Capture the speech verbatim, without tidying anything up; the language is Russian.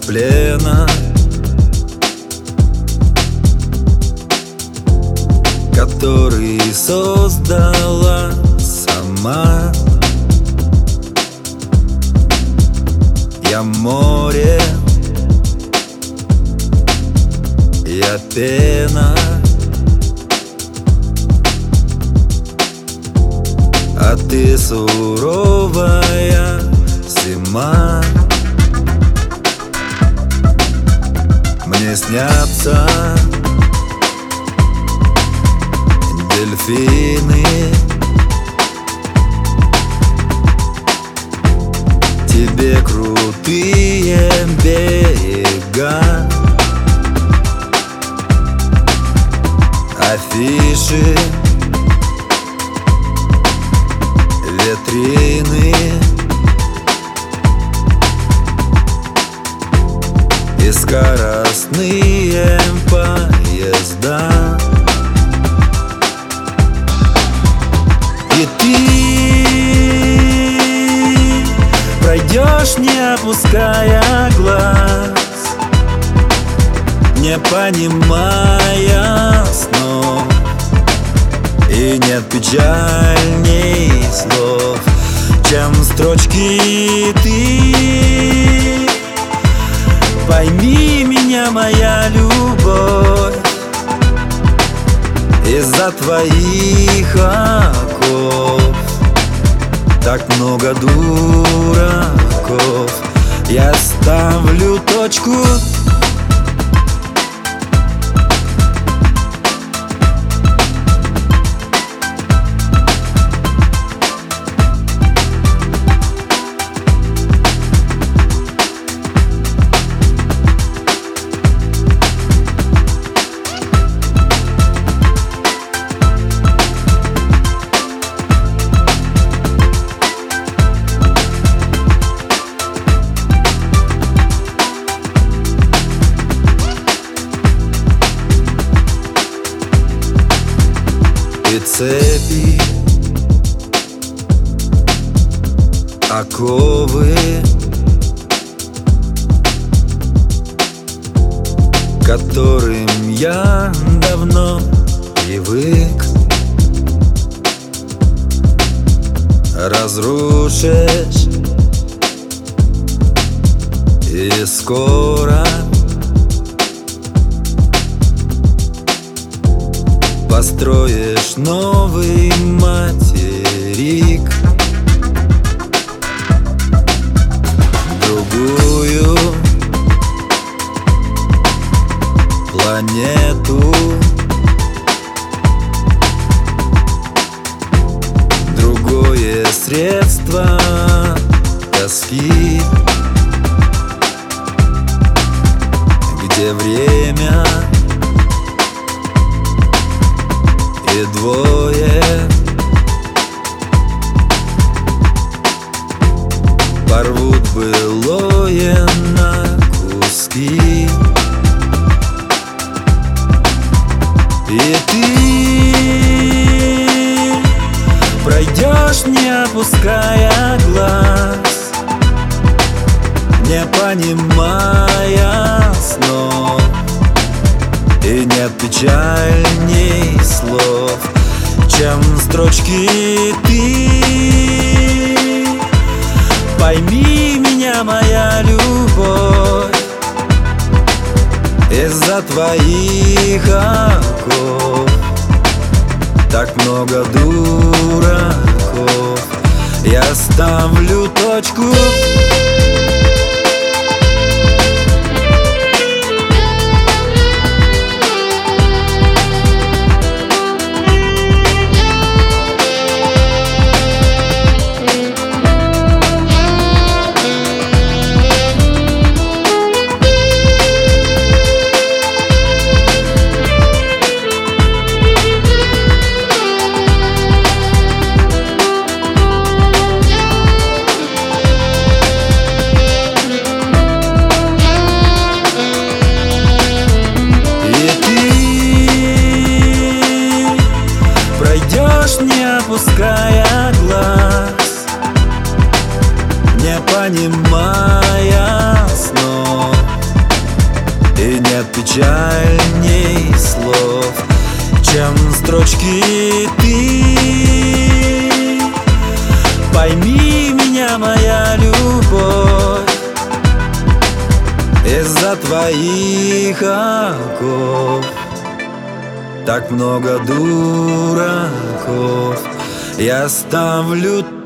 плена, который создала сама. Я море, я пена, а ты суровая зима. Мне снятся дельфины, тебе крутые берега, афиши, витрины и скоростные поезда. И ты пройдешь, не опуская глаз, не понимая снов, и нет печальней слов, чем строчки ты. Пойми меня, моя любовь, из-за твоих оков так много дураков. Я ставлю точку. И цепи, оковы, к которым я давно привык, разрушишь, и скоро построишь новый материк, другую планету, другое средство тоски, где время и двое порвут былое на куски. И ты пройдешь, не опуская глаз, не понимая снов, и нет печальней слов, чем строчки ты. Пойми меня, моя любовь, из-за твоих оков так много дураков. Я ставлю точку. нет печальней слов, чем строчки ты. Пойми меня, моя любовь, из-за твоих оков так много дураков. Я ставлю